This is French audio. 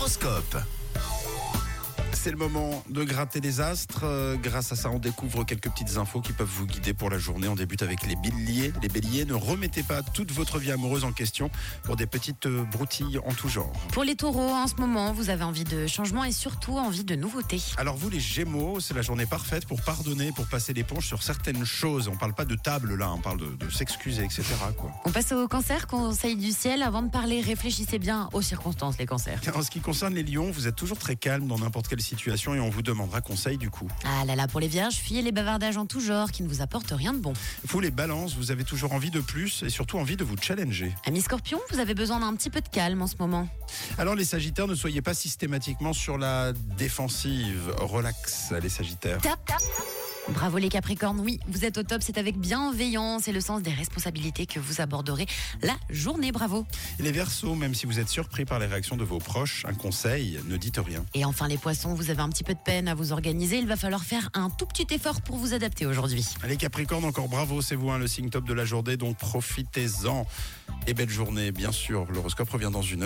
l'horoscope. C'est le moment de gratter les astres. Grâce à ça, on découvre quelques petites infos qui peuvent vous guider pour la journée. On débute avec les béliers. Les béliers, ne remettez pas toute votre vie amoureuse en question pour des petites broutilles en tout genre. Pour les taureaux, en ce moment, vous avez envie de changement et surtout envie de nouveautés. Alors vous, les gémeaux, c'est la journée parfaite pour pardonner, pour passer l'éponge sur certaines choses. On parle pas de table là, on parle de s'excuser, etc. quoi. On passe au cancer, conseil du ciel. Avant de parler, réfléchissez bien aux circonstances, les cancers. En ce qui concerne les lions, vous êtes toujours très calme dans n'importe quelle situation et on vous demandera conseil du coup. Ah là là, pour les vierges, fuyez les bavardages en tout genre qui ne vous apportent rien de bon. Vous, les balances, vous avez toujours envie de plus et surtout envie de vous challenger. Amis scorpions, vous avez besoin d'un petit peu de calme en ce moment. Alors les sagittaires, ne soyez pas systématiquement sur la défensive. Relax, les sagittaires. Bravo les capricornes, oui, vous êtes au top, c'est avec bienveillance et le sens des responsabilités que vous aborderez la journée, bravo. Et les verseaux, même si vous êtes surpris par les réactions de vos proches, un conseil, ne dites rien. Et enfin les poissons, vous avez un petit peu de peine à vous organiser, il va falloir faire un tout petit effort pour vous adapter aujourd'hui. Les capricornes, encore bravo, c'est vous le signe top de la journée, donc profitez-en. Et belle journée, bien sûr, l'horoscope revient dans une heure.